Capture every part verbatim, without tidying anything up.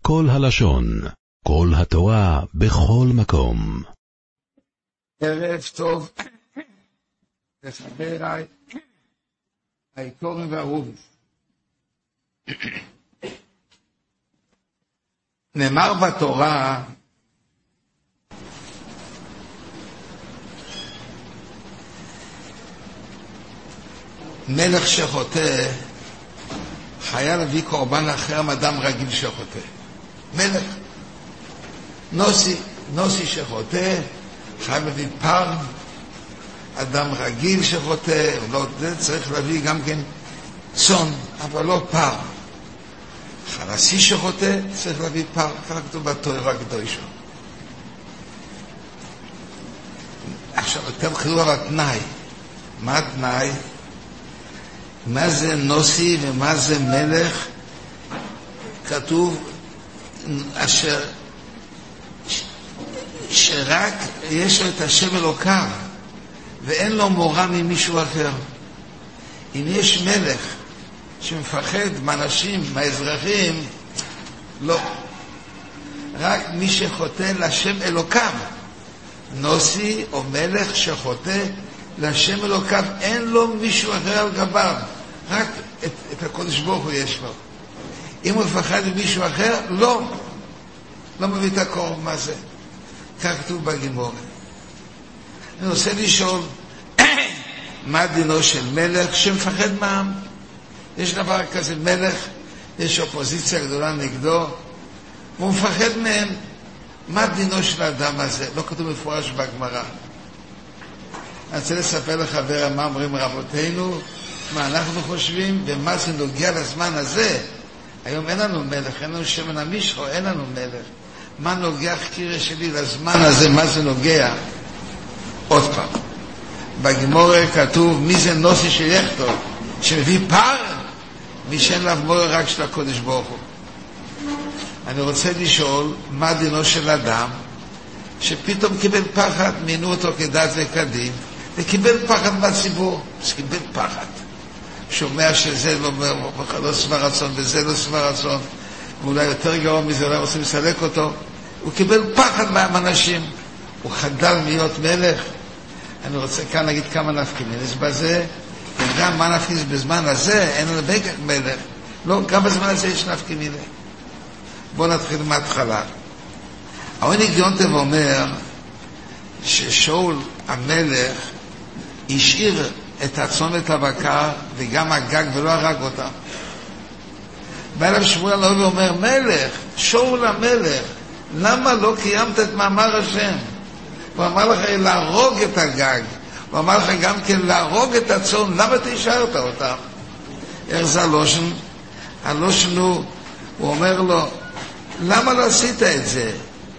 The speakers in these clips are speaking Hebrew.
כל הלשון, כל התורה, בכל מקום. ערב טוב לחבריי היקרים והאהובים. נאמר בתורה מלך שחוטא חייב להביא קורבן אחר מאדם רגיל שחוטא. מלך נוסי נוסי שחוטא חייב להביא פר. אדם רגיל שחוטא לא, זה צריך להביא גם כן צאן, אבל לא פר. חלסי שחוטא צריך להביא פר. ככה כתוב בתורה הקדושה. עכשיו אתם חזרו על התנאי. מה התנאי? מה זה נוסי ומה זה מלך? כתוב אשר שרק יש לו את השם אלוקיו ואין לו מורא ממישהו אחר. אם יש מלך שמפחד מאנשים, מהאזרחים, לא. רק מי שחוטא לשם אלוקיו, נוסי או מלך שחוטא לשם אלוקיו, אין לו מישהו אחר על גביו, רק את, את הקודש ברוך הוא יש לו. אם הוא מפחד ממישהו אחר, לא. לא מביא את הקורבן. מה זה? כך כתוב בגימורה. אני רוצה לשאול, מה דינו של מלך שמפחד מעם? יש דבר כזה, מלך, יש אופוזיציה גדולה נגדו, והוא מפחד מהם. מה דינו של האדם הזה? לא כתוב מפורש בגמרא. אני רוצה לספר לחבר מה אומרים רבותינו, מה אנחנו חושבים, ומה זה נוגע לזמן הזה. היום אין לנו מלך, אין לנו שמן המשחו, אין לנו מלך. מה נוגע חקירה שלי לזמן הזה, מה זה נוגע? עוד פעם, בגמורה כתוב מי זה נוסי של יכתוב, שמביא פר, מי שאין לה מורה רק של הקודש ברוך הוא. אני רוצה לשאול מה דינו של אדם שפתאום קיבל פחד, מינו אותו כדת וכדין, וקיבל פחד מהציבור. אז קיבל פחד, שומע שזה לא, לא שבע רצון וזה לא שבע רצון, ואולי יותר גרוע מזה, אולי רוצים לסלק אותו. הוא קיבל פחד מהאנשים, הוא חדל להיות מלך. אני רוצה כאן להגיד כמה נפקינס בזה, וגם מה נפקינס בזמן הזה, אין לנו בגלל מלך. לא, גם בזמן הזה יש נפקינס. בואו נתחיל מההתחלה. העוני גיונטב אומר ששאול המלך השאיר את הצאן ואת הבקר וגם הגג ולא הרג אותם. בא אליו שמואל הנביא ואומר, מלך, שאול המלך, למה לא קיימת את מאמר השם? הוא אמר לך להרוג את הגג, הוא אמר לך גם כן להרוג את הצאן, למה תשארת אותם? איך זה הלושן? הלושן הוא, הוא אומר לו, למה לא עשית את זה?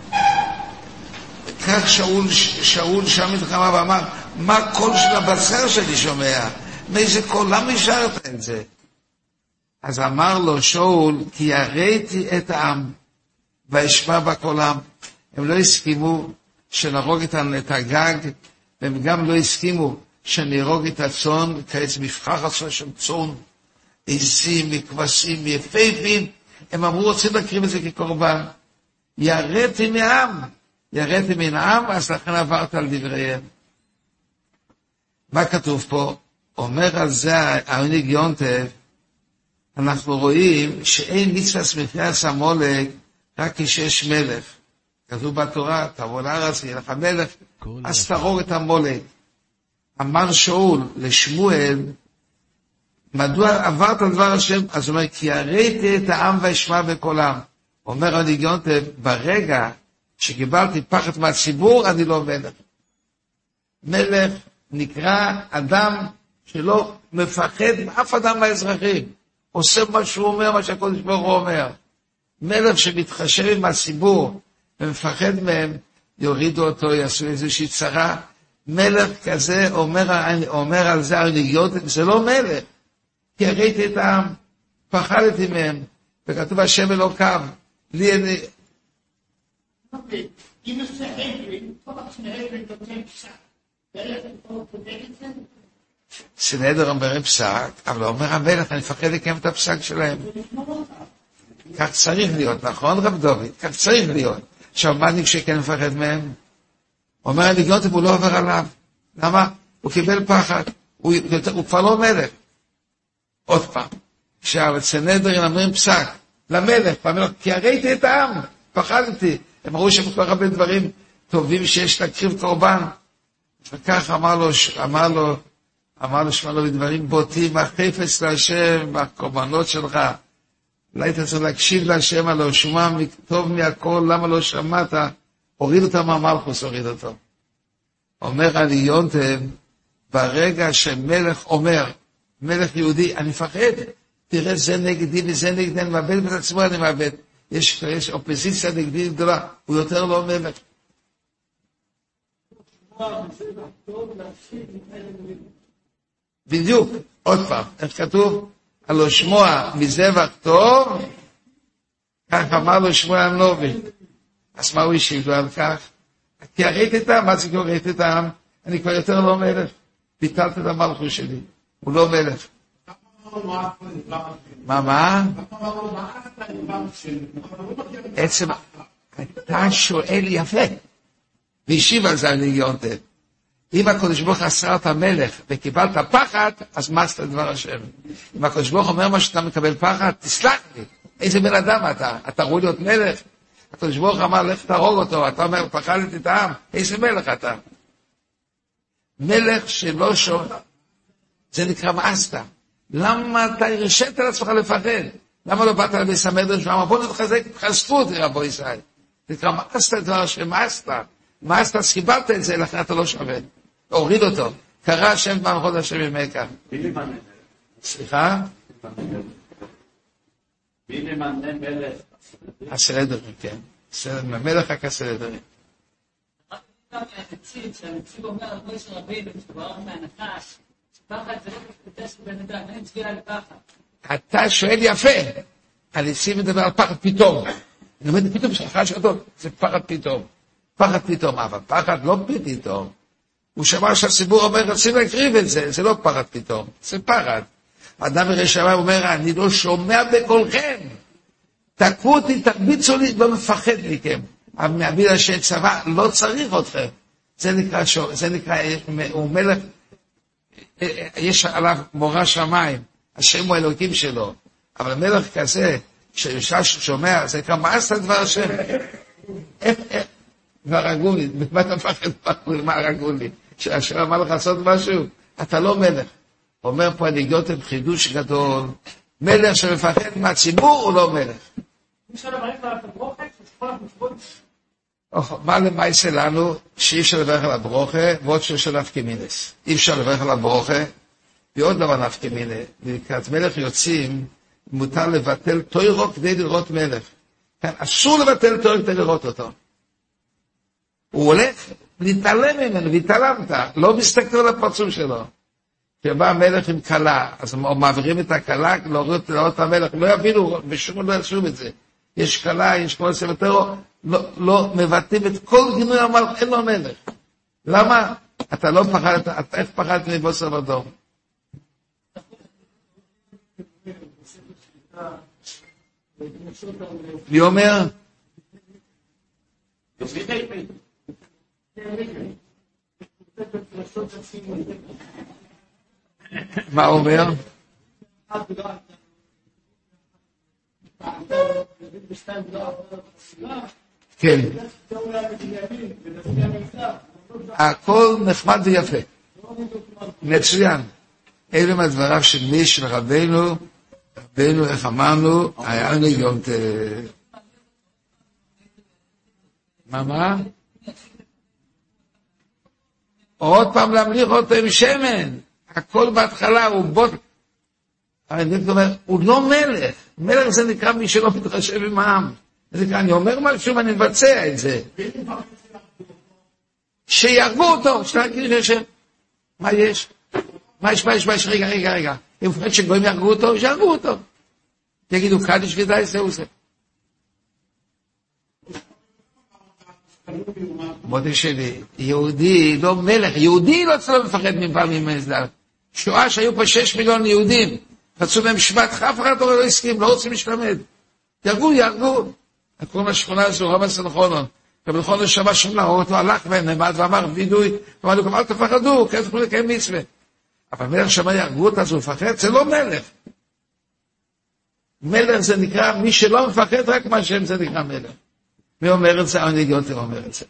כך שאול, שאול שם מתחמה ואמר, מה קול של הבשר שלי שומע? מאיזה קול? למה השארת את זה? אז אמר לו שאול, כי יראתי את העם ואשמע בקולם. הם לא הסכימו שנהרוג את הגג, והם גם לא הסכימו שנהרוג את הצאן, כעץ מבחר הצאן של צאן, עזים, מכבשים, יפהפים. הם אמרו, רוצים להקריב את זה כקורבן. יראתי מהעם, יראתי מן העם, אז לכן עברת על דבריהם. מה כתוב פה? אומר על זה העוני גיונטב, אנחנו רואים שאין מצוות מפייס המולק רק כשיש מלך. כתוב בתורה, תבוא לארץ, יהיה לך מלך, אז תהרוג את המולק. אמר שאול לשמואל, מדוע עברת על דבר השם? אז הוא אומר, כי יראתי את העם וישמע בקולם. אומר העוני גיונטב, ברגע שקיבלתי פחד מהציבור, אני לא מלך. מלך נקרא אדם שלא מפחד מאף אדם מהאזרחים. עושה מה שהוא אומר, מה שהקודש ברוך הוא אומר. מלך שמתחשב עם הציבור ומפחד מהם, יורידו אותו, יעשו איזושהי צרה. מלך כזה אומר, אומר על זה הנגיעות, זה לא מלך. כי ראיתי את העם, פחדתי מהם, וכתוב השם אלוקיו. לי אני... אוקיי, אם עושה הברין, כל הסנהדרין נותן פסק. מלך יכול לפודק את זה? סנהדרין אומר פסק, אבל אומר המלך, אני מפחד לקיים את הפסק שלהם. כך צריך להיות, נכון רב דוד? כך צריך להיות. עכשיו, מה אני כשכן מפחד מהם? אומר הלגיון הוא לא עובר עליו. למה? הוא קיבל פחד. הוא, הוא כבר לא מלך. עוד פעם, כשהסנהדרין אומרים פסק, למלך, פעמים, כי הראיתי את העם, פחדתי. הם אמרו שהם כבר הרבה דברים טובים שיש להקריב קורבן. וכך אמר לו, אמר לו, אמר לו שמע לו בדברים בוטים, החפץ להשם, בקורבנות שלך. אולי אתה צריך להקשיב להשם, הלא שומע טוב מהכל, למה לא שמעת? הוריד אותו מהמלכוס, הוריד אותו. אומר על יונטב, ברגע שמלך אומר, מלך יהודי, אני מפחד, תראה זה נגדי וזה נגדי, אני מאבד את עצמו, אני מאבד. יש, יש אופוזיציה נגדי גדולה, הוא יותר לא מלך. בדיוק, עוד פעם, איך כתוב? הלא שמוע מזבח טוב, כך אמר לו שמוע הנובי. אז מה הוא השיב לו על כך? כי הראיתי את העם, מה זה כבר ראיתי את העם? אני כבר יותר לא מלך. ביטלת את המלכות שלי, הוא לא מלך. מה, מה? עצם, אתה שואל יפה. והשיב על זה על יונטב. אם הקדוש ברוך הוא עשה את המלך וקיבלת פחד, אז מה עשת דבר השם? אם הקדוש ברוך אומר מה שאתה מקבל פחד, תסלח לי. איזה בן אדם אתה? אתה ראוי להיות מלך? הקדוש ברוך אמר, לך תהרוג אותו. אתה אומר, פחדתי את העם. איזה מלך אתה? מלך שלא שומע. זה נקרא מאסת. למה אתה הרשית לעצמך לפחד? למה לא באת לביס המדרש ואמר, בוא נתחזק, תחזקו אותי רבו ישראל. זה נקרא מאסת דבר השם, מאסת. מאסת, אז קיבלת את זה, לכן אתה לא שווה. הוריד אותו. קרא השם במלכות השם ימי כאן. סליחה? מי ממנה מלך? הסנהדרין, כן. מלך רק הסנהדרין. הנציב, שהנציב אומר על מוישה רבינו, שברח מהנחש, שפחד זה לא מתפתש בבן אדם, אין תביעה לפחד. אתה שואל יפה. הנציב מדבר על פחד פתאום. אני אומר, פתאום שחש גדול, זה פחד פתאום. פחד פתאום, אבל פחד לא פתאום. הוא שמע שהציבור אומר, רוצים להקריב את זה, זה לא פחד פתאום, זה פחד. אדם הרשע אומר, אני לא שומע בקולכם. תקעו אותי, תרביצו לי, לא מפחד מכם. המעביד השם צבא, לא צריך אתכם. זה נקרא, זה נקרא, הוא מלך, יש עליו מורא שמיים, השם הוא אלוקים שלו. אבל מלך כזה, כשישה שומע, זה נקרא, מה עשת דבר השם? איך, איך? והרגו לי, מה אתה מפחד? מה הרגו לי? שהשם אמר לך לעשות משהו? אתה לא מלך. אומר פה הלגיון חידוש גדול, מלך שמפחד מהציבור הוא לא מלך. אפשר לברך על הברוכה, ששפות מצוות. מה למעשה לנו שאי אפשר לברך על הברוכה ועוד שיש עליו כמינס. אי אפשר לברך על הברוכה ועוד דבר עליו כמינה. לקראת מלך יוצאים, מותר לבטל תוירו כדי לראות מלך. כן, אסור לבטל תוירו כדי לראות אותו. הוא הולך להתעלם ממנו, והתעלמת, לא מסתכל על הפרצוף שלו. כשבא המלך עם קלה, אז מעבירים את הקלה, להוריד את המלך, לא יבינו, בשום לא ישום את זה. יש קלה, יש כל סבטרו, לא, לא מבטאים את כל גינוי המלך, אין לו מלך. למה? אתה לא פחד, אתה איך פחדת מבוסר בדור? מי אומר? מה אומר? כן. הכל נחמד ויפה. מצוין. אלה מהדבריו של מי של רבינו, רבינו, איך אמרנו, היה לנו יום ת... מה, מה? עוד פעם להמליך אותו עם שמן. הכל בהתחלה הוא בוט... אני אומר, הוא לא מלך. מלך זה נקרא מי שלא מתחשב עם העם. זה נקרא, אני אומר משהו ואני מבצע את זה. שירגו אותו, שתגיד לשם. מה יש? מה יש, מה יש, מה יש? רגע, רגע, רגע. אם מפחד שגויים ירגו אותו, שירגו אותו. יגידו, קדיש ודאי, זהו זה. מודה שלי, יהודי, לא מלך, יהודי לא צריך לפחד מפעמים מהסדר. שואה שהיו פה שש מיליון יהודים, רצו מהם שבט, אף אחד לא הסכים, לא רוצים להשתמד. ירגו, ירגו. קוראים לשכונה הזו, רב הסנחונון. רב הסנחונון שמע שום להראות לו, הלך ונעמד ואמר וידוי, ואמר לו, אל תפחדו, כי תוכלו לקיים מצווה. אבל מלך שמע ירגו אותה, אז הוא מפחד, זה לא מלך. מלך זה נקרא, מי שלא מפחד רק מהשם זה נקרא מלך. מי אומר את זה? הנגיעות אומר את זה.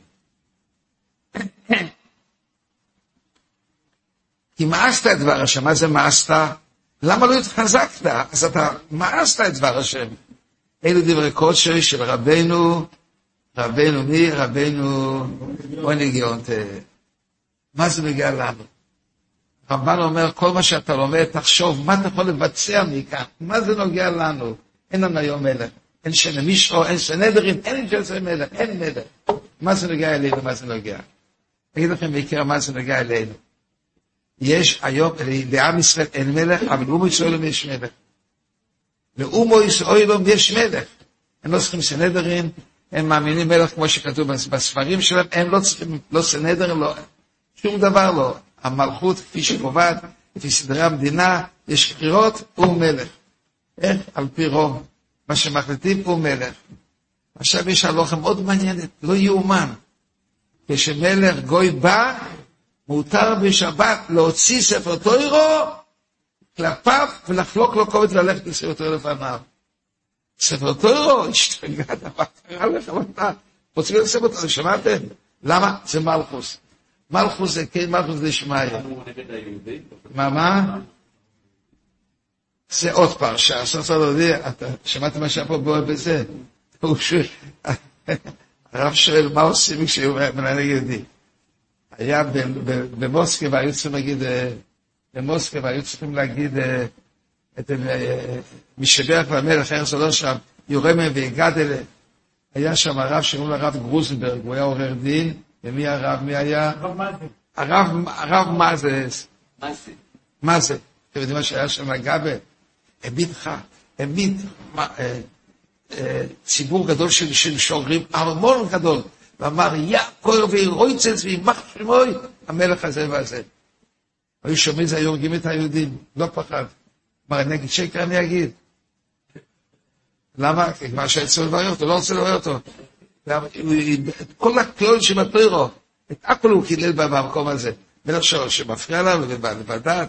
כי מאסת את דבר השם, מה זה מאסת? למה לא התחזקת? אז אתה מאסת את דבר השם. אלו דברי קודשי של רבנו, רבנו מי? רבנו הנגיעות. מה זה מגיע לנו? רבן אומר, כל מה שאתה לומד, תחשוב, מה אתה יכול לבצע מכאן? מה זה נוגע לנו? אין לנו היום מלך. אין שנמישו, אין שנדרים, אין שזה מלך, אין מלך. מה זה נוגע אלינו, מה זה נוגע? אגיד לכם בעיקר מה זה נוגע אלינו. יש היום, לעם ישראל אין מלך, אבל לאומו ישראל יש מלך. לאומו ישראל יש מלך. הם לא צריכים סנדרים, הם מאמינים מלך כמו שכתוב בספרים שלהם, הם לא צריכים, לא סנדרים, לא, שום דבר לא. המלכות, כפי שקובעת, לפי סדרי המדינה, יש בחירות, הוא מלך. איך? על פי רוב. מה שמחליטים הוא מלך. עכשיו יש הלוכה מאוד מעניינת, לא יאומן. כשמלך גוי בא, מותר בשבת להוציא ספר תוירו, כלפיו, ולחלוק לו כובד ללכת לספר תוירו לפניו. ספר תוירו, השתגעת, מה קרה לך, מה אתה? רוצים לספר תוירו, שמעתם? למה? זה מלכוס. מלכוס זה כן, מלכוס זה שמעיה. מה, מה? זה עוד פרשה, הסוף הלודי, אתה שמעת מה שהיה פה בו בזה? הרב שואל, מה עושים כשהוא מנהל יהודי? היה במוסקבה, והיו צריכים להגיד, במוסקבה, והיו צריכים להגיד, את משבח והמלך, איך זה לא שם, יורמה ויגדלה. היה שם הרב שקוראים לו הרב גרוזנברג, הוא היה עורר דין, ומי הרב, מי היה? הרב, הרב מה זה? מה זה? אתם יודעים מה שהיה שם לגבי? העמיד לך, העמיד ציבור גדול של שוגרים, ארמון גדול, ואמר, יא כהר וירויצץ וימח שמוי, המלך הזה והזה. היו שומעים זה, היו הורגים את היהודים, לא פחד. אמר, נגד שקר אני אגיד. למה? כי מה שרצו לברר אותו, לא רוצה לברר אותו. את כל הכלול שבתוירו, את הכל הוא קילל במקום הזה. מלך שמפריע לה לבדת.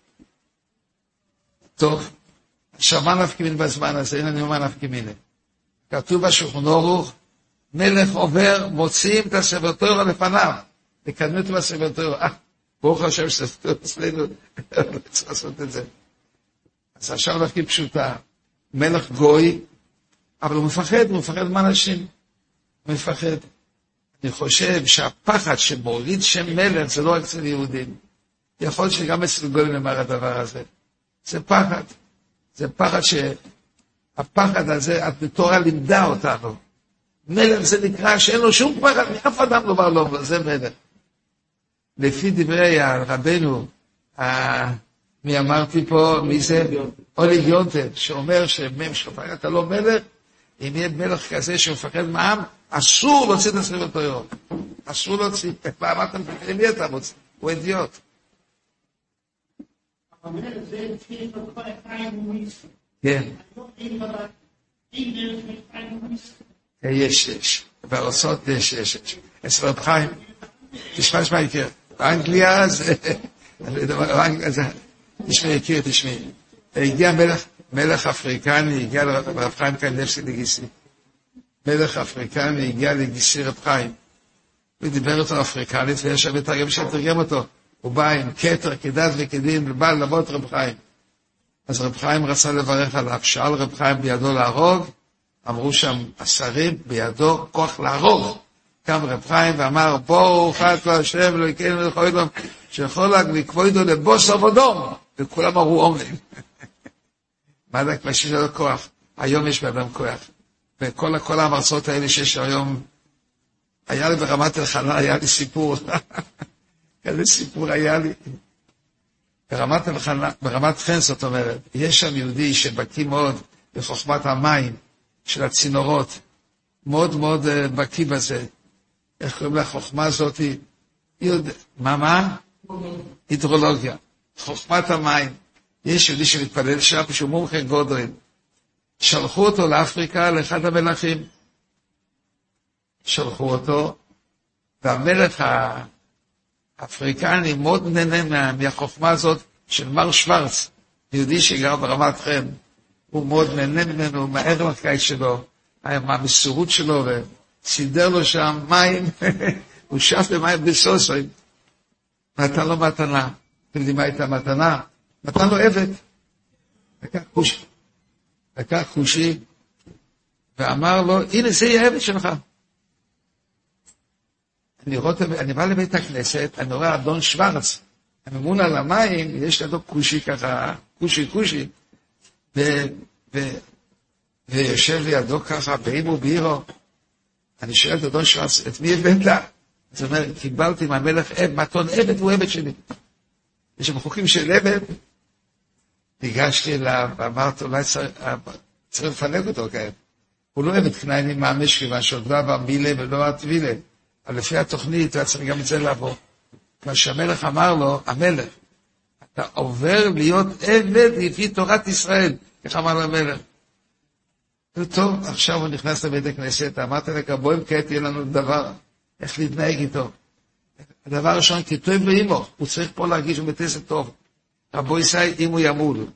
טוב, עכשיו מה נפקימין בזמן הזה? אין אני אומר נפקימין. כתוב בשולחן ערוך, מלך עובר, מוציאים את הספר תורה לפניו, לקדמו את הספר תורה. אה, ברוך השם שספר תורה אצלנו, לא צריך לעשות את זה. אז עכשיו נפקיד פשוטה, מלך גוי, אבל הוא מפחד, הוא מפחד מאנשים. הוא מפחד. אני חושב שהפחד שמוריד שם מלך זה לא רק אצל יהודים. יכול להיות שגם אצל גויים נאמר הדבר הזה. זה פחד. זה פחד שהפחד הזה, התורה לימדה אותנו. מלך זה נקרא שאין לו שום פחד, מאף אדם לא בר לו, זה מלך. לפי דברי רבנו, מי אמרתי פה, מי זה? אולי גיונטר, שאומר שמפחד אתה לא מלך, אם יהיה מלך כזה שמפחד מעם, אסור להוציא את הספר תורה. אסור להוציא. מה אמרתם? מי אתה מוציא? הוא אידיוט. כן. יש, יש. בארצות יש, יש, יש. אצל רב חיים. תשמע, שמע, יקר. באנגליה זה... תשמע, יקר, תשמע. הגיע מלך, מלך אפריקני, הגיע לרב חיים קנדבסקי לגיסי. מלך אפריקני הגיע לגיסי רב חיים. הוא דיבר אותו אפריקנית, ויש שם תרגם שתרגם אותו. הוא בא עם כתר, כדת וכדין, ובא ללוות רב חיים. אז רב חיים רצה לברך עליו, שאל רב חיים בידו להרוג, אמרו שם השרים, בידו כוח להרוג. קם רב חיים ואמר, ברוך אתה השם, לא יקן ולכו ידום, שיכול לקבוע ידו לבוס עבודום. וכולם אמרו אומרים. מה זה הכבשים שלו כוח? היום יש באדם כוח. וכל כל המרצות האלה שיש היום, היה לי ברמת אלחנן, היה לי סיפור. כזה סיפור היה לי. ברמת אלחנן, ברמת חן, זאת אומרת, יש שם יהודי שבקי מאוד בחוכמת המים של הצינורות. מאוד מאוד בקי בזה. איך קוראים לחוכמה הזאת? יודע, מה מה? הידרולוגיה. חוכמת המים. יש יהודי שמתפלל שם, שהוא מומחה גודל. שלחו אותו לאפריקה לאחד המלכים. שלחו אותו, והמלך האפריקני מאוד נהנה מהחוכמה הזאת של מר שוורץ, יהודי שגר ברמת חן. הוא מאוד נהנה ממנו, מהערכיות שלו, מהמסירות שלו, וסידר לו שם מים, הוא שף במים בסוסוי, נתן לו מתנה. אתם יודעים מה הייתה מתנה? נתן לו עבד, לקח חושי, לקח חושי, ואמר לו, הנה זה יהיה עבד שלך. אני, רואה, אני בא לבית הכנסת, אני רואה אדון שוורץ, הממון על המים, יש לידו קושי ככה, קושי קושי, ו, ו, ויושב לידו ככה, באימו באירו, אני שואל את אדון שוורץ, את מי הבאת? זאת אומרת, קיבלתי מהמלך עבד, מתון עבד הוא עבד שלי. יש שם חוקים של עבד, ניגשתי אליו, ואמרתי, אולי צריך, צריך לפנק אותו כעת. הוא לא עבד כנעני מאמש, כיוון שעוד לא עבר מילה ולא הטבילה. אבל לפי התוכנית, היה צריך גם את זה לעבור. כמו שהמלך אמר לו, המלך, אתה עובר להיות עבד לפי תורת ישראל, איך אמר למלך. טוב, עכשיו הוא נכנס לבית הכנסת, אמרתי לך, בואי כעת יהיה לנו דבר, איך להתנהג איתו. הדבר הראשון, כי טוב ואימו, הוא צריך פה להרגיש הוא בטסת טוב. רבו ישי, אם הוא ימול,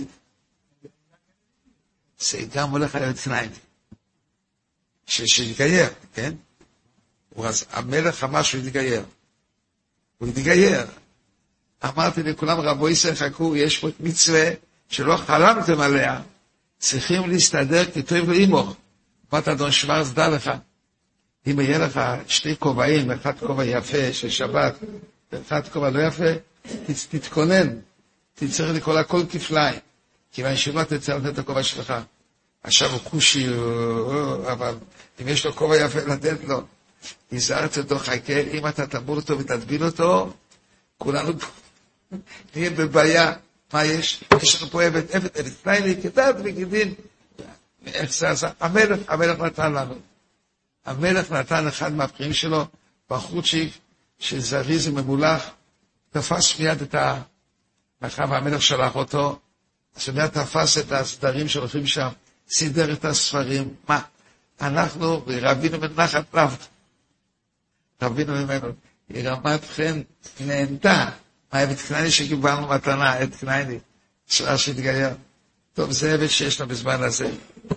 זה גם הולך להיות תנאי. שיתגייר, כן? אז המלך אמר שהוא יתגייר. הוא יתגייר. אמרתי לכולם, רבו ישי, חכו, יש פה מצווה שלא חלמתם עליה, צריכים להסתדר כי טוב ואימו. אמרת, אדון שוורץ, דע לך, אם יהיה לך שני כובעים, אחד כובע יפה של שבת, ואחד כובע לא יפה, תתכונן, תצטרך לקרוא הכל כפליים, כיוון שלא תצטרך לתת את הכובע שלך. עכשיו הוא קושי, אבל אם יש לו כובע יפה לתת לו, יזהרת אותו, חכה, אם אתה תמור אותו ותטביל אותו, כולנו נהיה בבעיה. מה יש? יש לנו פה עבד, עבד, עבד, תנאי לי, כדת וכדין. איך זה עשה? המלך, המלך נתן לנו. המלך נתן אחד מהבחירים שלו, בחורצ'יק, שזריז וממולח, תפס מיד את ה... מאחר והמלך שלח אותו, אז מיד תפס את הסדרים שהולכים שם, סידר את הספרים. מה? אנחנו רבינו מנחת רב. רבינו ממנו. היא רמת חן נהנתה. העבד כנעני שקיבלנו מתנה, עבד כנעני, שעה שהתגייר. טוב, זה עבד שיש לו בזמן הזה.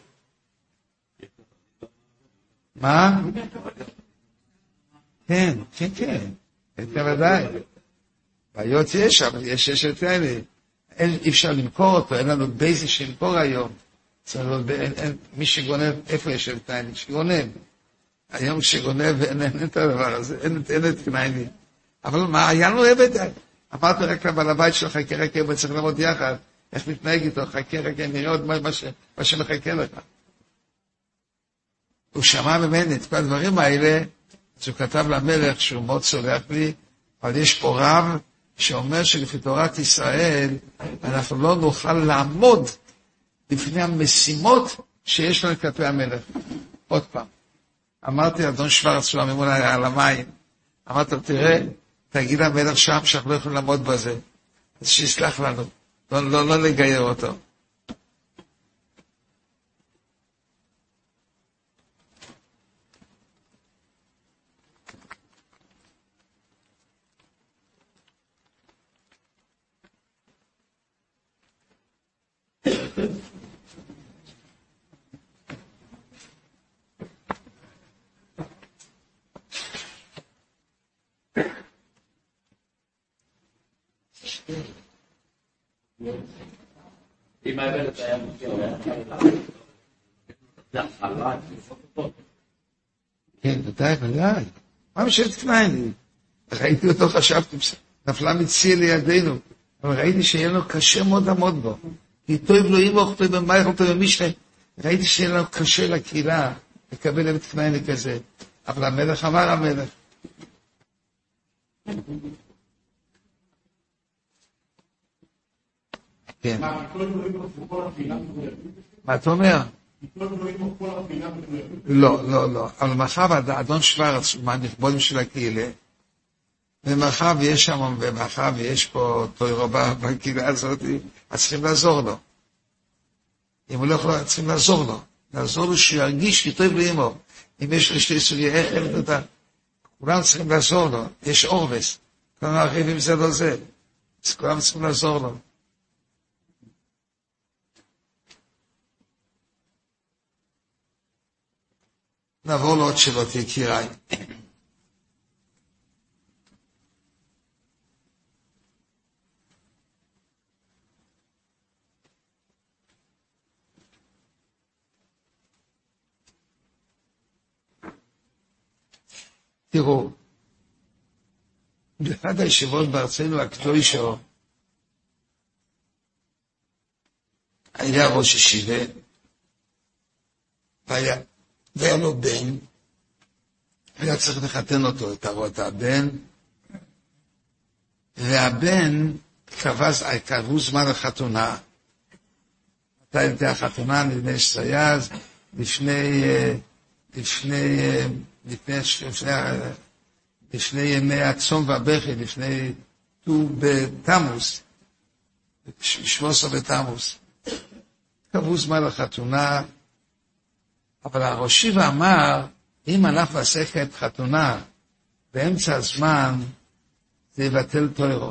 מה? כן, כן, כן. את כבדי. בעיות יש, אבל יש יש את כאלה. אי אפשר למכור אותו, אין לנו בייזי שלמכור היום. מי שגונב, איפה יש את כנעני? שגונב. היום שגונב אין את הדבר הזה, אין את כנעני. אבל מה, היה לנו עבד? אמרתי רק לבעל הבית שלו, חכה רכה, וצריך לעמוד יחד. איך להתנהג איתו? חכה רכה, נראה עוד מה שמחכה לך. הוא שמע ממני את כל הדברים האלה, אז הוא כתב למלך שהוא מאוד סולח לי, אבל יש פה רב שאומר שלפי תורת ישראל, אנחנו לא נוכל לעמוד לפני המשימות שיש לנו כלפי המלך. עוד פעם. אמרתי, אדון שוורץ, שהוא הממון על המים, אמרתי, תראה, תגיד למלך שם שאנחנו לא יכולים לעמוד בזה. אז שיסלח לנו, לא, לא, לא לגייר אותו. אם העברת היה מופיע, זה החלט, כן, ודאי, ודאי. מה משלת כנעני? ראיתי אותו, חשבתי, נפלה מציע לידינו, אבל ראיתי שיהיה לנו קשה מאוד לעמוד בו. כי טוב לא ימוך, טוב במייך, טוב במשנה. ראיתי שיהיה לנו קשה לקהילה לקבל את כנעני כזה. אבל המלך אמר המלך. כן. מה אתה אומר? לא, לא, לא. אבל מאחר אדון שוורץ הוא מהנכבודים של הקהילה, ומאחר ויש שם, ומאחר ויש פה תוירו בקהילה הזאת, אז צריכים לעזור לו. אם הוא לא יכול, צריכים לעזור לו. לעזור לו שהוא ירגיש יותר לאמו. אם יש לו שתי סוגי, איך אין אותה? כולם צריכים לעזור לו. יש אורבס. כולם הרחיבים זה לא זה. אז כולם צריכים לעזור לו. נעבור לעוד שאלות, יקיריי. תראו, באחד הישיבות בארצנו הקדושה היה ראש ישיבה, והיה, והיה לו בן, היה צריך לחתן אותו, את הבן, והבן קבע, קבעו זמן החתונה, מתי הייתה החתונה, נדמה שזה אז, לפני, לפני, לפני, לפני, לפני ימי הצום והבכי, לפני ט"ו בתמוז, שבעה עשר בתמוז. קבעו זמן החתונה, אבל הראש ישיבה אמר, אם אנחנו נעשה כעת חתונה, באמצע הזמן, זה יבטל תוירו.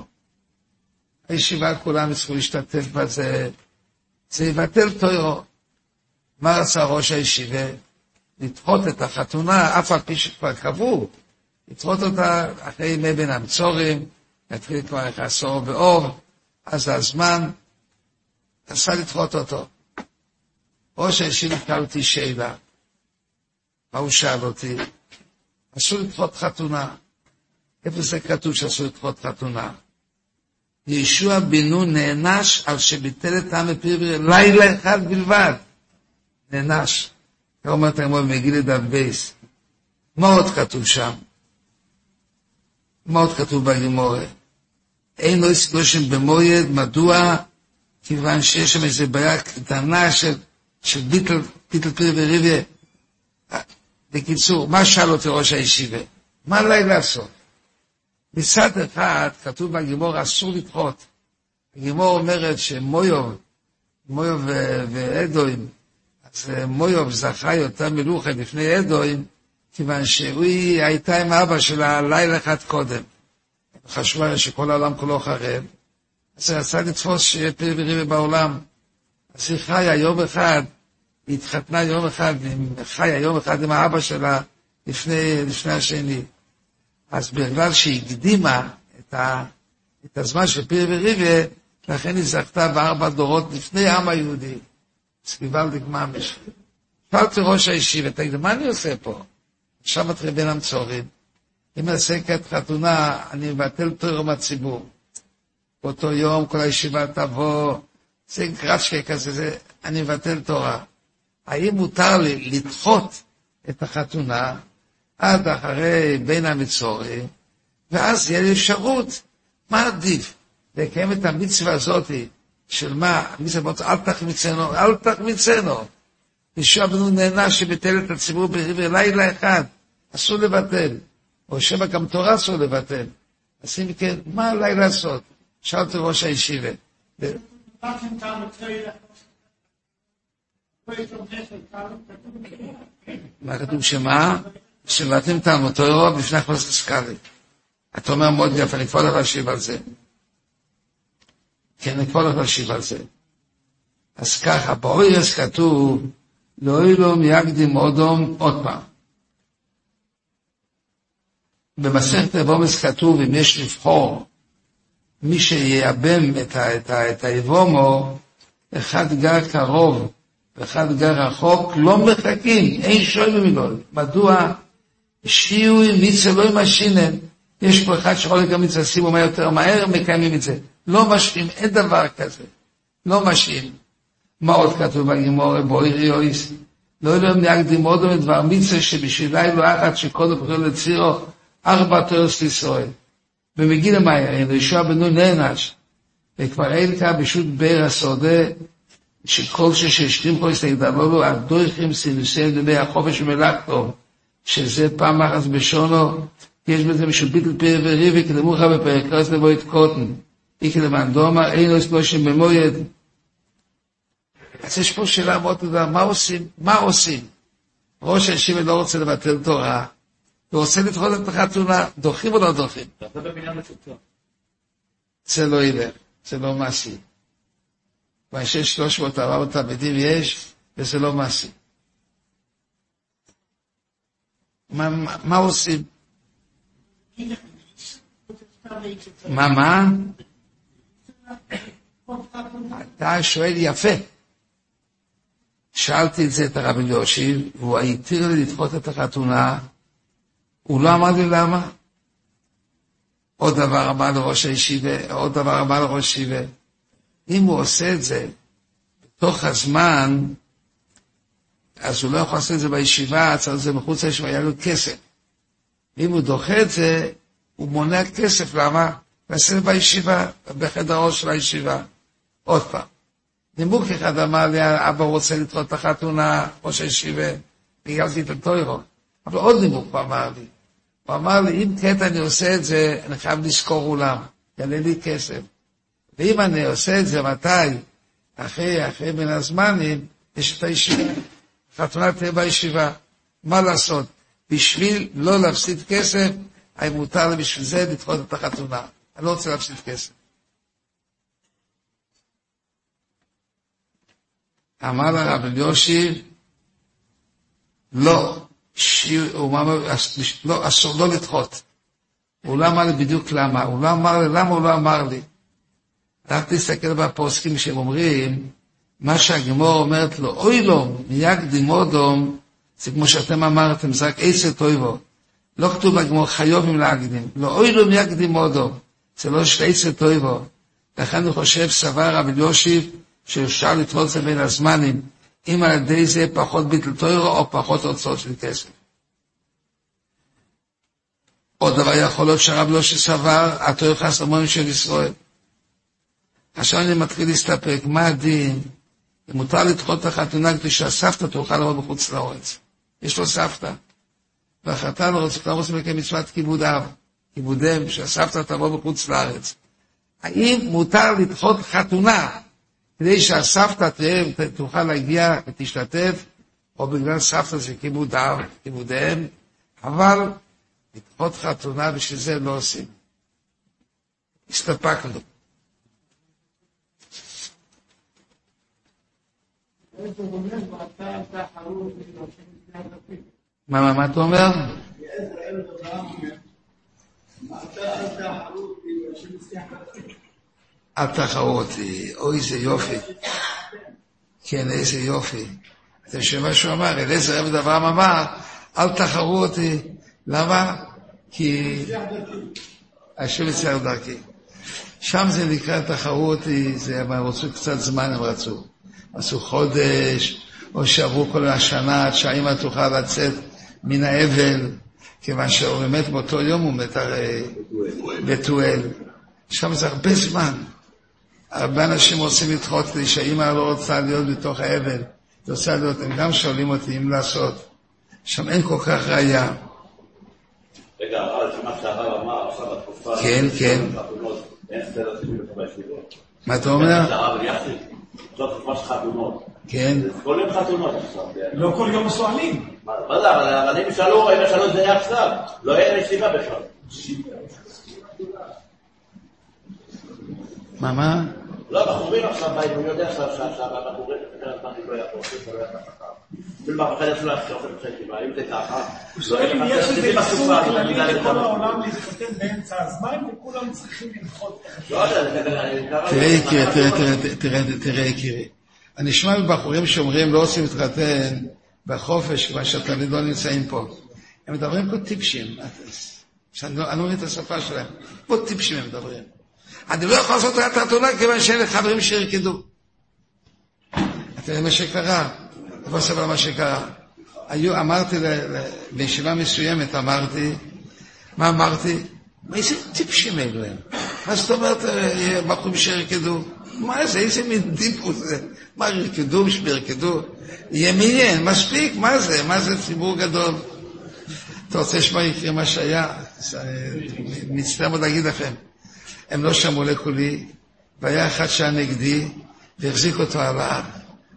הישיבה כולם יצטרכו להשתתף בזה, זה יבטל תוירו. מה רצה ראש הישיבה? לדחות את החתונה, אף על פי שכבר קבעו, לדחות אותה אחרי ימי בין המצורים, נתחיל כבר איך עשור באור, אז הזמן, עשה לדחות אותו. ראש הישיבה קרא אותי שאלה, מה הוא שאל אותי? אסור לדחות חתונה. איפה זה כתוב שאסור לדחות חתונה? ישוע בן נון נענש על שביטל את העם בפרי לילה אחד בלבד. נענש. כך אומרת הגמרא במגילה דף בייס. מה עוד כתוב שם? מה עוד כתוב בגמרא? אין לו סגושים במויד, מדוע? כיוון שיש שם איזה בעיה קטנה של, של ביטל, ביטל פרי וריביה. בקיצור, מה שאל אותי ראש הישיבה? מה עליי לעשות? מצד אחד, כתוב בגמרא, אסור לדחות. הגמרא אומרת שמויוב, מויוב ואדוים, אז מויוב זכה יותר מלוכה לפני אדוים, כיוון שהיא הייתה עם אבא שלה לילה אחד קודם. חשבה שכל העולם כולו חרב, אז היא רצה לתפוס שיהיה פרי וריביה בעולם. אז היא חיה יום אחד, היא התחתנה יום אחד, חיה יום אחד עם האבא שלה לפני, לפני השני. אז בגלל שהיא הקדימה את, ה, את הזמן של פרי וריביה, לכן היא זכתה בארבע דורות לפני העם היהודי. סביבל דגממש. שאלתי ראש הישיבה, תגיד, מה אני עושה פה? עכשיו מתחיל בין המצורים. אם נעשה כעת חתונה, אני מבטל תורה מהציבור. באותו יום כל הישיבה תבוא, זה גרצ'קה כזה, זה, אני מבטל תורה. האם מותר לי לדחות את החתונה עד אחרי בין המצורים, ואז יהיה לי אפשרות, מה עדיף? לקיים את המצווה הזאת, של מה? המצווה, אל תחמיצנו, אל תחמיצנו. ישוע בן נון נענש שביטל את הציבור בריביה לילה אחד, אסור לבטל. או שבע גם תורה אסור לבטל. אז אם כן, מה עליי לעשות? שאלתי ראש הישיבה. מה כתוב שמה? שבאתם תלמוד תורה בפני הכנסת סקאלי. אתה אומר מאוד יפה, אני כבר הולך להשיב על זה. כן, אני כבר הולך להשיב על זה. אז ככה, באוירס כתוב, לא אילום יקדים אודום עוד פעם. במסכת אבומס כתוב, אם יש לבחור מי שיאבם את, ה, את, ה, את האבומו, אחד גר קרוב ואחד גר רחוק, לא מחכים, אין שואל במילוי. מדוע? שיעוי מיצה לא עם השינן. יש פה אחד שיכול גם מיצה, שימו מה יותר מהר, מקיימים את זה. לא משאים, אין דבר כזה. לא משאים. מה עוד כתוב בגמרא, בואי ריאויס? לא ילום יקדים אודום את דבר מיצה שבשבילי לא אחת שקודם בחיל לצירו, ארבע תורס לישראל. במגילה מאיה, ישוע בן נון נענש, וכבר אילכה בשו"ת באר הסודה, שכל שששתים פה הסתגדלו, הדויכים סינוסיהם דמי החופש ומלאכתו, שזה פעם אחת בשונו, יש בזה משהו ביטל פרי וריבי, כדמוך בפרק רס לבוא את קוטן, איקי למען דומה, אין לו סלושים במויד. אז יש פה שאלה מאוד גדולה, מה עושים? מה עושים? ראש הישיבה לא רוצה לבטל תורה, הוא רוצה לדחות את החתונה, דוחים או לא דוחים? זה לא ילך, זה לא מעשי. ויש שלוש מאות ארבע מאות תלמידים יש, וזה לא מעשי. מה, מה, מה עושים? מה, מה? אתה שואל יפה. שאלתי את זה את הרב אלישיב, והוא התיר לי לדחות את החתונה, הוא לא אמר לי למה. עוד דבר אמר לראש הישיבה, עוד דבר אמר לראש הישיבה. אם הוא עושה את זה בתוך הזמן, אז הוא לא יכול לעשות את זה בישיבה, צריך את זה מחוץ לישיבה, היה לו כסף. אם הוא דוחה את זה, הוא מונע כסף, למה? ועשה את זה בישיבה, בחדר ראש של הישיבה. עוד פעם. נימוק אחד אמר לי, אבא רוצה לדחות את החתונה, ראש הישיבה, בגלל זה את התוירו. אבל עוד נימוק הוא אמר לי. הוא אמר לי, אם קטע אני עושה את זה, אני חייב לזכור אולם, יעלה לי כסף. ואם אני עושה את זה, מתי? אחרי, אחרי בין הזמנים, יש את הישיבה. חתונה תהיה בישיבה. מה לעשות? בשביל לא להפסיד כסף, אני מותר לי בשביל זה לדחות את החתונה. אני לא רוצה להפסיד כסף. אמר לרב אלישיב, לא, הוא אמר, לא, אסור לא לדחות. הוא לא אמר לי בדיוק למה, הוא לא אמר לי, למה הוא לא אמר לי? רק תסתכל בפוסקים שהם אומרים, מה שהגמור אומרת לו, אוי לו, מייקדים אודום, זה כמו שאתם אמרתם, זה רק עשר טויבו. לא כתוב בגמור חיובים להקדים, לא אוי לו מייקדים אודום, זה לא של עשר טויבו. לכן אני חושב, סבר רב אלישיב, שאפשר לדחות זה בין הזמנים, אם על ידי זה פחות ביטל תורה או פחות הוצאות של כסף. עוד דבר יכול להיות שהרב אלישיב סבר, התורה חס למורים של ישראל. עכשיו אני מתחיל להסתפק, מה הדין? אם מותר לדחות את החתונה כדי שהסבתא תוכל לבוא בחוץ לארץ. יש לו סבתא. והחתן רוצה רוצה לקיים מצוות כיבוד אב, כיבודם, שהסבתא תבוא בחוץ לארץ. האם מותר לדחות חתונה כדי שהסבתא תוכל להגיע ותשתתף, או בגלל סבתא זה כיבוד אב, כיבודיהם, אבל לדחות חתונה בשביל זה לא עושים. הסתפקנו. מה, מה, מה אתה אומר? אל תחרו אותי, אוי זה יופי. כן, איזה יופי. אתה שומע שהוא אמר, אליעזר עבד אברהם אמר, אל תחרו אותי. למה? כי השם יצא דרכי. שם זה נקרא תחרו אותי, זה הם רצו קצת זמן, הם רצו. עשו חודש, או שעברו כל השנה, עד שהאמא תוכל לצאת מן האבל, כיוון שהוא באמת באותו יום הוא מת הרי בתואל. שם זה הרבה זמן. הרבה אנשים רוצים לדחות כדי שהאמא לא רוצה להיות בתוך האבל. היא רוצה להיות, הם גם שואלים אותי אם לעשות. שם אין כל כך ראייה. רגע, אבל שמה שהרב אמר עכשיו בתקופה... כן, כן. אין סדר סיבוב לך בישיבות. מה אתה אומר? הרב אלישיב, זאת תקופה של חתונות. כן. כל יום חתונות עכשיו. לא כל יום שואלים. מה זה, אבל אם שאלו, אם שאלו את זה היה עכשיו. לא אין ישיבה בכלל. מה, מה? לא, בחורים עכשיו באים, הוא יודע שהבחורים יותר הזמן לא היה פה, לא היה חכם. אפילו בחדר שלו עכשיו זה בסדר, אם זה ככה. הוא שואל אם יש איזה איסור כללי לכל העולם להתחתן באמצע הזמן, וכולם צריכים ללחוץ. תראה יקירי, תראה, תראה יקירי. אני אשמע מבחורים שאומרים לא רוצים להתחתן בחופש, כיוון שהתלמידים לא נמצאים פה. הם מדברים פה טיפשים. אני לא מבין את השפה שלהם. פה טיפשים הם מדברים. אני לא יכול לעשות את החתונה כיוון שאין לי חברים שירקדו. אתה יודע מה שקרה? איפה סבל מה שקרה? היו, אמרתי בישיבה מסוימת, אמרתי, מה אמרתי? מה איזה טיפשים אלו הם? מה זאת אומרת, בחורים שירקדו? מה זה? איזה מין טיפוס זה? מה ירקדו, שירקדו? ימיין, מספיק, מה זה? מה זה ציבור גדול? אתה רוצה לשמוע יקרה מה שהיה? מצטער מאוד להגיד לכם. הם לא שמעו לקולי, והיה אחד שהיה נגדי, והחזיק אותו על ההר.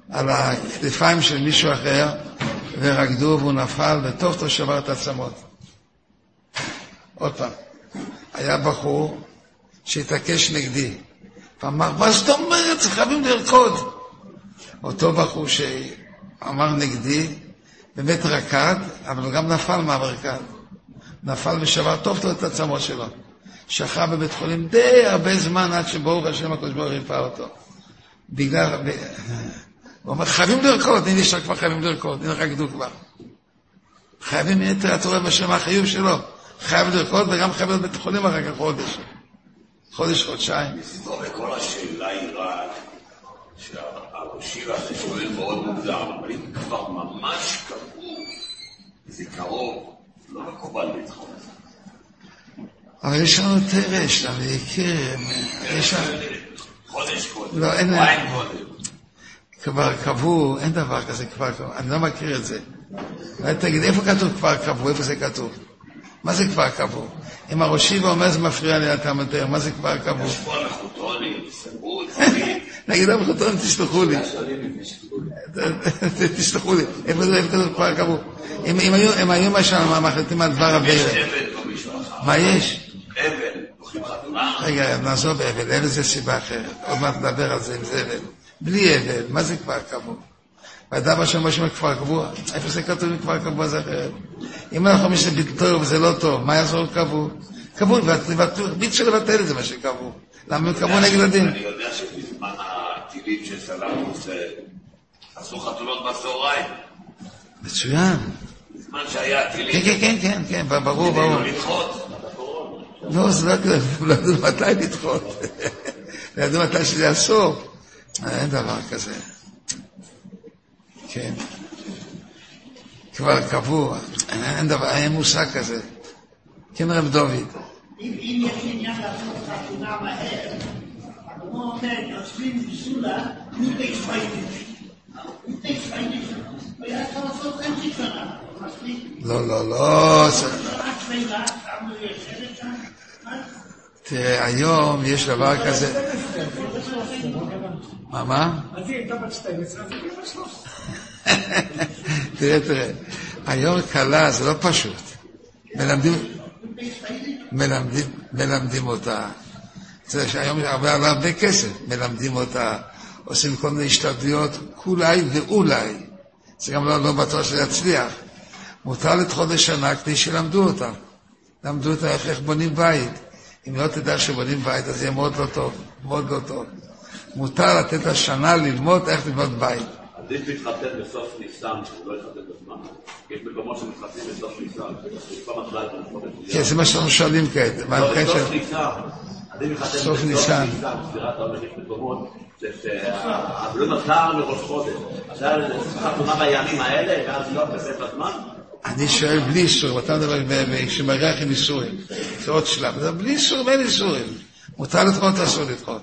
על הכתפיים של מישהו אחר, ורקדו והוא נפל, וטוב טוב שבר את העצמות. עוד פעם, היה בחור שהתעקש נגדי, ואמר, מה זאת אומרת? חייבים לרקוד. אותו בחור שאמר נגדי, באמת רקד, אבל הוא גם נפל מהמרכד. נפל ושבר טוב טוב את העצמות שלו. שכב בבית חולים די הרבה זמן עד שברוך השם הקדוש ברוך הוא ריפא אותו. בגלל... הוא אומר, חייבים לרקוד, הנה יש כבר חייבים לרקוד, הנה רקדו כבר. חייבים, הנה אתה רואה בשם החיוב שלו. חייב לרקוד וגם חייב להיות בית חולים אחר כך חודש. חודש, חודשיים. וכל השאלה היא רק שהשיר הזה שואל מאוד מוקדם, אבל אם כבר ממש קרוב, זה קרוב, לא מקובל לדחות. אבל יש לנו תרש, אבל יקר, יש לנו... חודש קודם, לא, אין... שבועיים קודם. כבר קבעו, אין דבר כזה כבר קבעו, אני לא מכיר את זה. תגיד, איפה כתוב כבר קבעו, איפה זה כתוב? מה זה כבר קבעו? אם הראשי ואומר זה מפריע לי אתה מתאר, מה זה כבר קבעו? יש פה המחותונים, תסתכלו, נגיד המחותונים, תסלחו לי. תסלחו לי, איפה זה כתוב כבר קבעו? אם היו מה שם מחליטים על דבר הברך. יש אבל במשפחה. מה יש? אבל, הולכים חתונה. רגע, נעזוב באבל, אבל זה סיבה אחרת. עוד מעט נדבר על זה עם זה אבל. בלי אבל, מה זה כבר קבעו? והדבר שם משהו כבר קבוע, איפה זה כתוב אם כבר קבוע זה אחרת? אם אנחנו אומרים שזה טוב וזה לא טוב, מה יעזור קבוע? קבוע, ביט של לבטל את זה מה שקבוע. למה הם קבוע נגד הדין? אני יודע שבזמן הטילים שסלמנו עשו חתונות בצהריים. מצוין. בזמן שהיה הטילים. כן, כן, כן, כן, ברור, ברור. כדי לא לדחות. לא, זה לא ידעו מתי לדחות. לא ידעו מתי שזה אסור. אין דבר כזה. כן. כבר קבוע, אין דבר, אין מושג כזה. כן, רב דוד. אם יש עניין לעשות חתונה מהר, אבל הוא אומר, יושבים בסולה, נוטי שפיידים. נוטי שפיידים. והיה צריך לעשות חצי שנה. לא, לא, לא. תראה, היום יש דבר כזה. מה, מה? אז היא הייתה בת שתים עשרה, אז היא הייתה שלוש. תראה, תראה, היום קלה זה לא פשוט. מלמדים, מלמדים, מלמדים אותה. זה שהיום הרבה עלה הרבה כסף, מלמדים אותה, עושים כל מיני השתדלויות, כולי ואולי. זה גם לא, לא בטוח שזה יצליח. מותר לדחות לשנה כדי שלמדו אותה. למדו אותה איך, איך בונים בית. אם לא תדע שבונים בית, אז יהיה מאוד לא טוב, מאוד לא טוב. מותר לתת השנה ללמוד איך לבנות בית. עדיף להתחתן בסוף ניסן, שהוא לא יתחתן בזמן. יש מקומות שמתחתנים בסוף ניסן. כן, זה מה שאנחנו שואלים כעת. לא, בסוף ניסן. עדיף להתחתן בסוף ניסן. ספירת העומד יש מקומות, אבל לא נותר לראש חודש. עכשיו, חתונה בימים האלה, ואז לא בסוף הזמן. אני שואל בלי איסורים, אתה מדבר שמריח עם איסורים. זה עוד שלב. זה בלי איסורים, אין איסורים. מותר לדחות, אסור לדחות.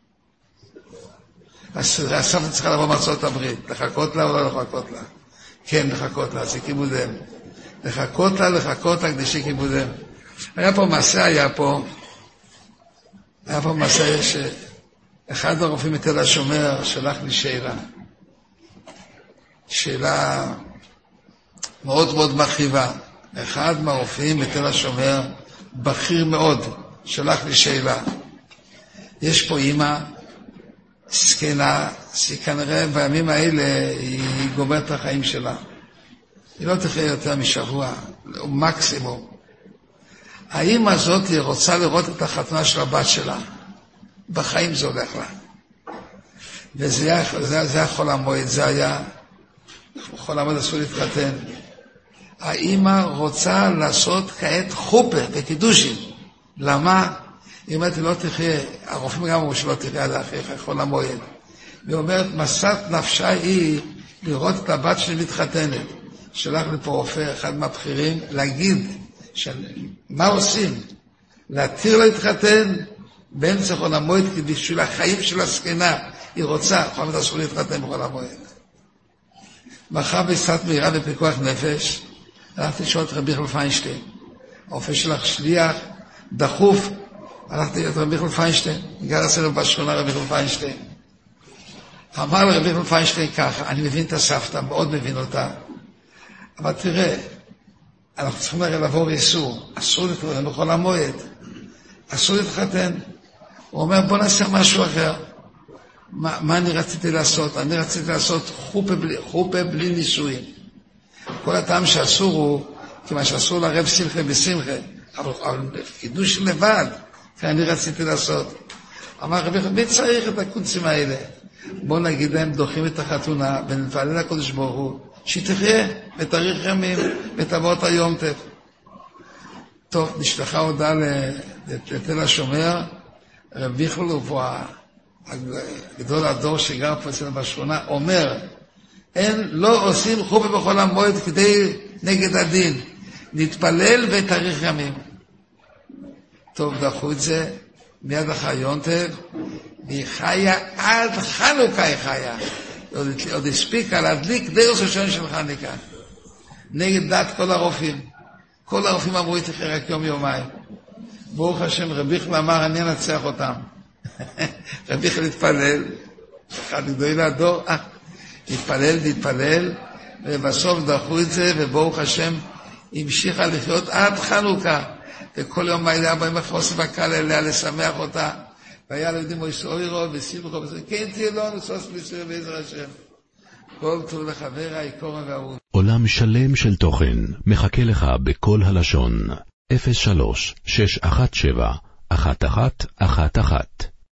הסבתא צריכה לבוא מארצות הברית, לחכות לה או לא לחכות לה? כן, לחכות לה, זה כיבודם. לחכות לה, לחכות לה, כדי שכיבודם. היה פה מעשה, היה פה, היה פה מעשה שאחד הרופאים מתל השומר שלח לי שאלה. שאלה מאוד מאוד מרחיבה. אחד מהרופאים מתל השומר, בכיר מאוד, שלח לי שאלה. יש פה אמא, סכנה, שכנראה בימים האלה היא גומרת את החיים שלה. היא לא תחיה יותר משבוע, מקסימום. האמא הזאת היא רוצה לראות את החתונה של הבת שלה. בחיים זה הולך לה. וזה היה, זה, זה היה חול המועד, זה היה, חול המועד אסור להתחתן. האמא רוצה לעשות כעת חופה וקידושים. למה? היא אומרת, לא תחיה, הרופאים גם אמרו שלא תחיה עד אחרי חול המועד. והיא אומרת, מסת נפשה היא לראות את הבת שלי מתחתנת. שלח לי פה רופא, אחד מהבכירים, להגיד, של, מה עושים? להתיר להתחתן באמצע חול המועד, כדי בשביל החיים של הסכנה, היא רוצה, חול המועד אסור להתחתן בחול המועד. מחר בסת מהירה בפיקוח נפש, הלכתי לשאול את רבי מיכאל פיינשטיין, הרופא שלך שליח, דחוף, הלכתי את רבי מיכאל פיינשטיין, גר אצלנו בשכונה רבי מיכאל פיינשטיין. אמר לרבי פיינשטיין ככה, אני מבין את הסבתא, מאוד מבין אותה, אבל תראה, אנחנו צריכים הרי לעבור איסור, אסור להתחתן בכל המועד, אסור להתחתן. הוא אומר, בוא נעשה משהו אחר. מה, מה אני רציתי לעשות? אני רציתי לעשות חופה בלי, חופה בלי נישואים. כל הטעם שאסור הוא, כיוון שאסור לערב שמחה בשמחה, אבל, אבל קידוש לבד, כי אני רציתי לעשות. אמר רבי, מי צריך את הקונצים האלה? בוא נגיד להם, דוחים את החתונה, ונתפלל לקדוש ברוך הוא, שתחיה, ותאריך ימים, ותבוא את היום טף. טוב, נשלחה הודעה לתל השומר, רבי חולו פה, הגדול הדור שגר פה אצלנו בשכונה, אומר, אין, לא עושים חופה בכל המועד כדי נגד הדין, נתפלל ותאריך ימים. טוב, דחו את זה, מיד אחרי יונטב, והיא חיה עד חנוכה היא חיה. עוד, עוד הספיקה להדליק דרך ראשון של חנוכה. נגד דת כל הרופאים. כל הרופאים אמרו איתי רק יום יומיים. ברוך השם, רבי חל אמר, אני אנצח אותם. רבי חל התפלל, אחד גדול לדור, אה, התפלל והתפלל, ובסוף דחו את זה, וברוך השם, המשיכה לחיות עד חנוכה. וכל יום מעלה באים החוסף הקל אליה לשמח אותה. והיה לו יודעים מויס אוירו וסיבוכו, כן תהיה לו נוסוס בישראל בעזר השם. כל טוב לחבר העיקורם והאהוב. עולם שלם של תוכן מחכה לך בכל הלשון. אפס שלוש שש אחת שבע אחת אחת אחת אחת